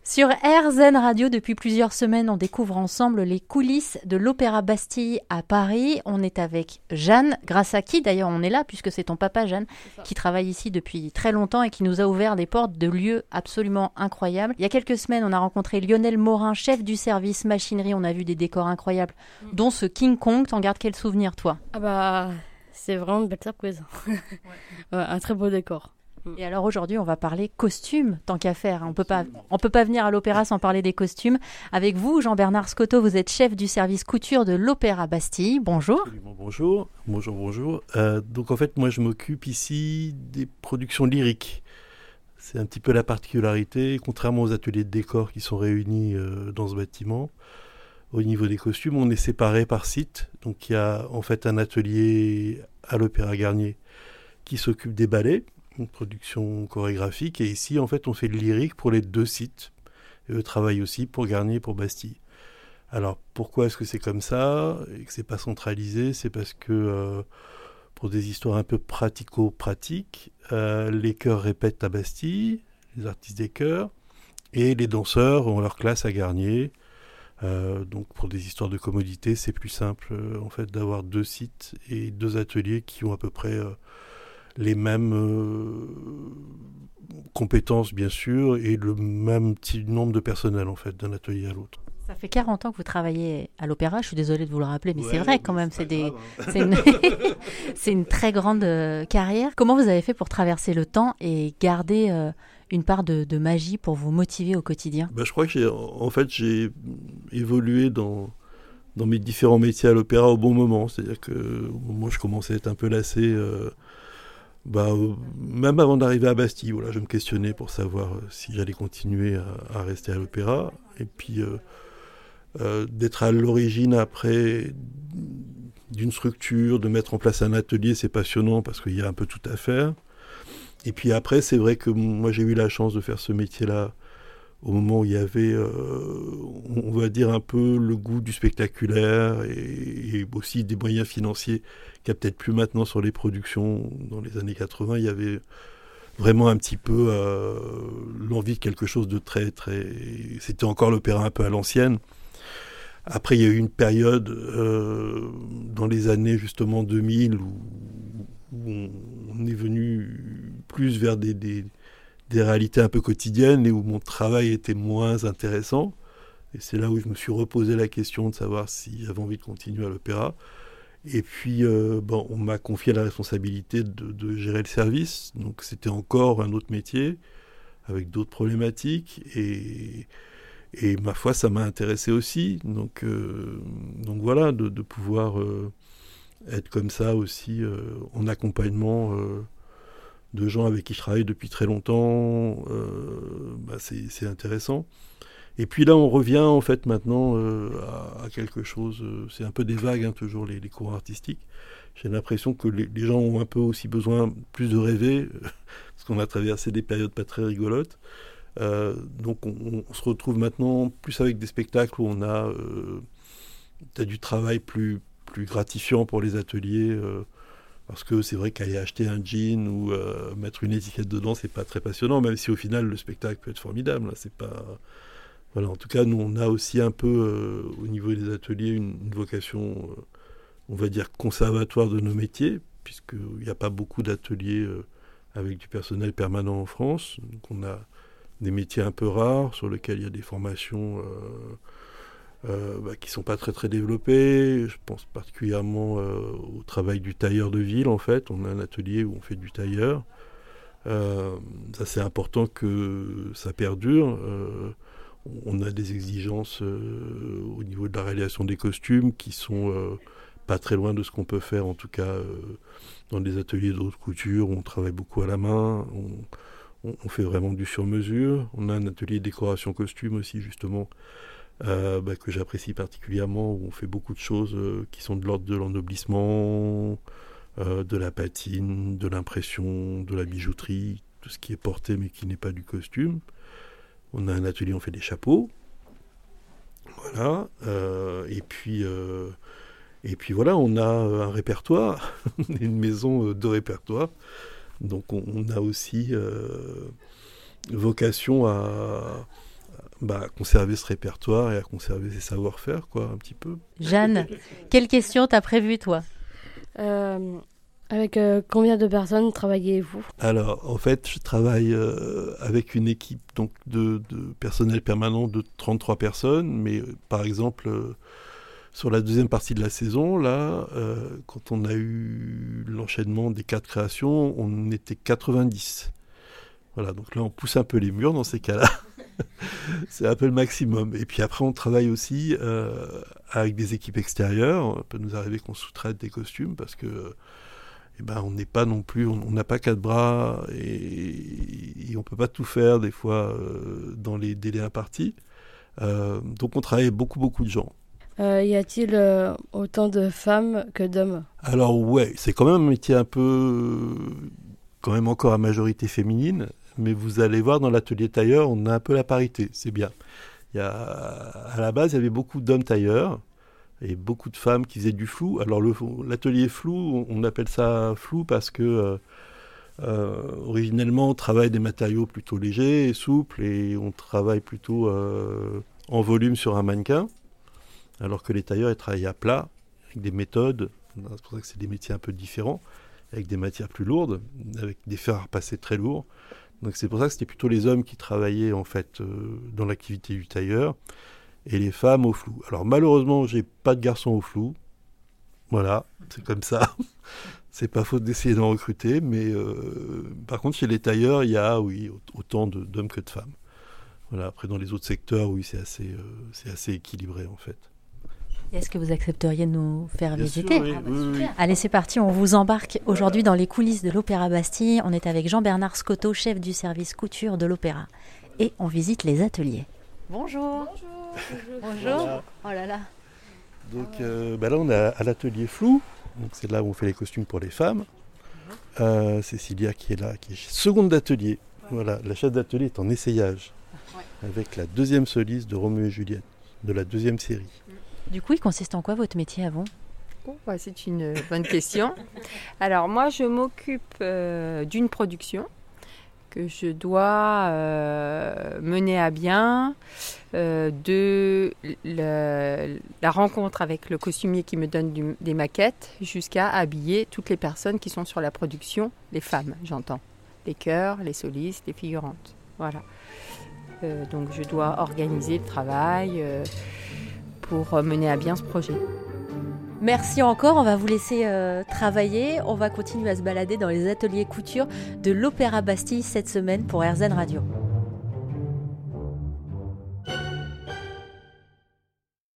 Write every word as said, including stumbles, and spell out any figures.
Sur R Z N Radio, depuis plusieurs semaines, on découvre ensemble les coulisses de l'Opéra Bastille à Paris. On est avec Jeanne, grâce à qui d'ailleurs on est là, puisque c'est ton papa Jeanne, qui travaille ici depuis très longtemps et qui nous a ouvert les portes de lieux absolument incroyables. Il y a quelques semaines, on a rencontré Lionel Morin, chef du service machinerie. On a vu des décors incroyables, mmh. dont ce King Kong. T'en gardes quel souvenir, toi ? Ah bah, c'est vraiment une belle surprise. ouais. Ouais, un très beau décor. Et alors aujourd'hui, on va parler costumes, tant qu'à faire. On peut pas, on peut pas venir à l'opéra sans parler des costumes. Avec vous, Jean-Bernard Scotto, vous êtes chef du service couture de l'Opéra Bastille. Bonjour. Absolument, bonjour. Bonjour, bonjour. Euh, donc en fait, moi, je m'occupe ici des productions lyriques. C'est un petit peu la particularité, contrairement aux ateliers de décor qui sont réunis euh, dans ce bâtiment. Au niveau des costumes, on est séparés par site. Donc il y a en fait un atelier à l'Opéra Garnier qui s'occupe des ballets, une production chorégraphique, et ici en fait on fait le lyrique pour les deux sites, et eux travaillent aussi pour Garnier et pour Bastille. Alors pourquoi est-ce que c'est comme ça et que c'est pas centralisé? C'est parce que euh, pour des histoires un peu pratico-pratiques, euh, les chœurs répètent à Bastille, les artistes des chœurs, et les danseurs ont leur classe à Garnier. Euh, donc pour des histoires de commodité, c'est plus simple euh, en fait d'avoir deux sites et deux ateliers qui ont à peu près euh, les mêmes euh, compétences bien sûr et le même petit nombre de personnel en fait d'un atelier à l'autre. Ça fait quarante ans que vous travaillez à l'opéra, je suis désolée de vous le rappeler, mais ouais, c'est vrai quand même, c'est, c'est, des... grave, hein. c'est, une... c'est une très grande euh, carrière. Comment vous avez fait pour traverser le temps et garder euh, une part de, de magie pour vous motiver au quotidien? Ben, je crois que j'ai, en fait j'ai évolué dans, dans mes différents métiers à l'opéra au bon moment, c'est-à-dire que moi je commençais à être un peu lassé. Euh, Bah, euh, même avant d'arriver à Bastille, voilà, je me questionnais pour savoir euh, si j'allais continuer à, à rester à l'opéra. Et puis, euh, euh, d'être à l'origine après d'une structure, de mettre en place un atelier, c'est passionnant parce qu'il y a un peu tout à faire. Et puis après, c'est vrai que moi, j'ai eu la chance de faire ce métier-là au moment où il y avait, euh, on va dire, un peu le goût du spectaculaire et, et aussi des moyens financiers qu'il n'y a peut-être plus maintenant sur les productions. Dans les années quatre-vingts, il y avait vraiment un petit peu euh, l'envie de quelque chose de très, très... C'était encore l'opéra un peu à l'ancienne. Après, il y a eu une période euh, dans les années justement deux mille où, où on, on est venu plus vers des... des des réalités un peu quotidiennes et où mon travail était moins intéressant. Et c'est là où je me suis reposé la question de savoir si j'avais envie de continuer à l'opéra. Et puis, euh, bon, on m'a confié la responsabilité de, de gérer le service. Donc, c'était encore un autre métier avec d'autres problématiques. Et, et ma foi, ça m'a intéressé aussi. Donc, euh, donc voilà, de, de pouvoir euh, être comme ça aussi euh, en accompagnement euh, de gens avec qui je travaille depuis très longtemps, euh, bah c'est, c'est intéressant. Et puis là, on revient en fait maintenant euh, à, à quelque chose, euh, c'est un peu des vagues, hein, toujours les, les courants artistiques. J'ai l'impression que les, les gens ont un peu aussi besoin plus de rêver, euh, parce qu'on a traversé des périodes pas très rigolotes. Euh, donc on, on se retrouve maintenant plus avec des spectacles où on a euh, peut-être du travail plus, plus gratifiant pour les ateliers, euh, parce que c'est vrai qu'aller acheter un jean ou euh, mettre une étiquette dedans, c'est pas très passionnant, même si au final le spectacle peut être formidable. Hein, c'est pas... voilà, en tout cas, nous on a aussi un peu euh, au niveau des ateliers une, une vocation, euh, on va dire conservatoire de nos métiers, puisqu'il n'y a pas beaucoup d'ateliers euh, avec du personnel permanent en France. Donc on a des métiers un peu rares sur lesquels il y a des formations euh, Euh, bah, qui ne sont pas très très développés. Je pense particulièrement euh, au travail du tailleur de ville en fait. On a un atelier où on fait du tailleur. Euh, ça c'est important que ça perdure. Euh, on a des exigences euh, au niveau de la réalisation des costumes qui sont euh, pas très loin de ce qu'on peut faire en tout cas euh, dans des ateliers de haute couture où on travaille beaucoup à la main. On, on, on fait vraiment du sur-mesure. On a un atelier de décoration costume aussi justement. Euh, bah, que j'apprécie particulièrement, où on fait beaucoup de choses euh, qui sont de l'ordre de l'ennoblissement, euh, de la patine, de l'impression, de la bijouterie, tout ce qui est porté mais qui n'est pas du costume. On a un atelier, on fait des chapeaux. Voilà. Euh, et puis, euh, et puis voilà, on a un répertoire, une maison de répertoire. Donc on, on a aussi euh, vocation à bah, à conserver ce répertoire et à conserver ses savoir-faire, quoi, un petit peu. Jeanne, quelle question t'as prévue, toi ? Euh, avec euh, combien de personnes travaillez-vous ? Alors, en fait, je travaille euh, avec une équipe donc, de, de personnel permanent de trente-trois personnes, mais euh, par exemple, euh, sur la deuxième partie de la saison, là, euh, quand on a eu l'enchaînement des quatre créations, on était quatre-vingt-dix. Voilà, donc là, on pousse un peu les murs dans ces cas-là. C'est un peu le maximum. Et puis après, on travaille aussi euh, avec des équipes extérieures. Ça peut nous arriver qu'on sous-traite des costumes parce que eh ben, on n'est pas non plus, on n'a pas quatre bras et, et on peut pas tout faire des fois euh, dans les délais impartis. Euh, donc on travaille avec beaucoup, beaucoup de gens. Euh, y a-t-il euh, autant de femmes que d'hommes ? Alors ouais, c'est quand même un métier un peu, quand même encore à majorité féminine. Mais vous allez voir, dans l'atelier tailleur, on a un peu la parité, c'est bien. Il y a, à la base, il y avait beaucoup d'hommes tailleurs et beaucoup de femmes qui faisaient du flou. Alors le, l'atelier flou, on appelle ça flou parce que euh, euh, originellement, on travaille des matériaux plutôt légers et souples et on travaille plutôt euh, en volume sur un mannequin, alors que les tailleurs, ils travaillent à plat, avec des méthodes. C'est pour ça que c'est des métiers un peu différents, avec des matières plus lourdes, avec des fers à repasser très lourds. Donc c'est pour ça que c'était plutôt les hommes qui travaillaient en fait euh, dans l'activité du tailleur et les femmes au flou. Alors malheureusement, j'ai pas de garçons au flou. Voilà, c'est comme ça. C'est pas faute d'essayer d'en recruter, mais euh, par contre chez les tailleurs, il y a oui autant de, d'hommes que de femmes. Voilà. Après dans les autres secteurs, oui, c'est assez, euh, c'est assez équilibré en fait. Est-ce que vous accepteriez de nous faire Bien visiter ? sûr, oui, Ah bah, oui, oui. Allez, c'est parti, on vous embarque aujourd'hui dans les coulisses de l'Opéra Bastille. On est avec Jean-Bernard Scotto, chef du service couture de l'Opéra. Et on visite les ateliers. Bonjour. Bonjour. Bonjour. Voilà. Oh là là. Donc euh, bah là, on est à, à l'atelier flou. Donc c'est là où on fait les costumes pour les femmes. Euh, Cécilia qui est là, qui est seconde d'atelier. Voilà, la chef d'atelier est en essayage avec la deuxième soliste de Roméo et Juliette, de la deuxième série. Du coup, il consiste en quoi votre métier avant ? Oh, bah, c'est une bonne question. Alors moi, je m'occupe euh, d'une production que je dois euh, mener à bien, euh, de le, la rencontre avec le costumier qui me donne du, des maquettes jusqu'à habiller toutes les personnes qui sont sur la production, les femmes, j'entends, les chœurs, les solistes, les figurantes. Voilà. Euh, donc je dois organiser le travail euh, pour mener à bien ce projet. Merci encore, on va vous laisser euh, travailler. On va continuer à se balader dans les ateliers couture de l'Opéra Bastille cette semaine pour R Z N Radio.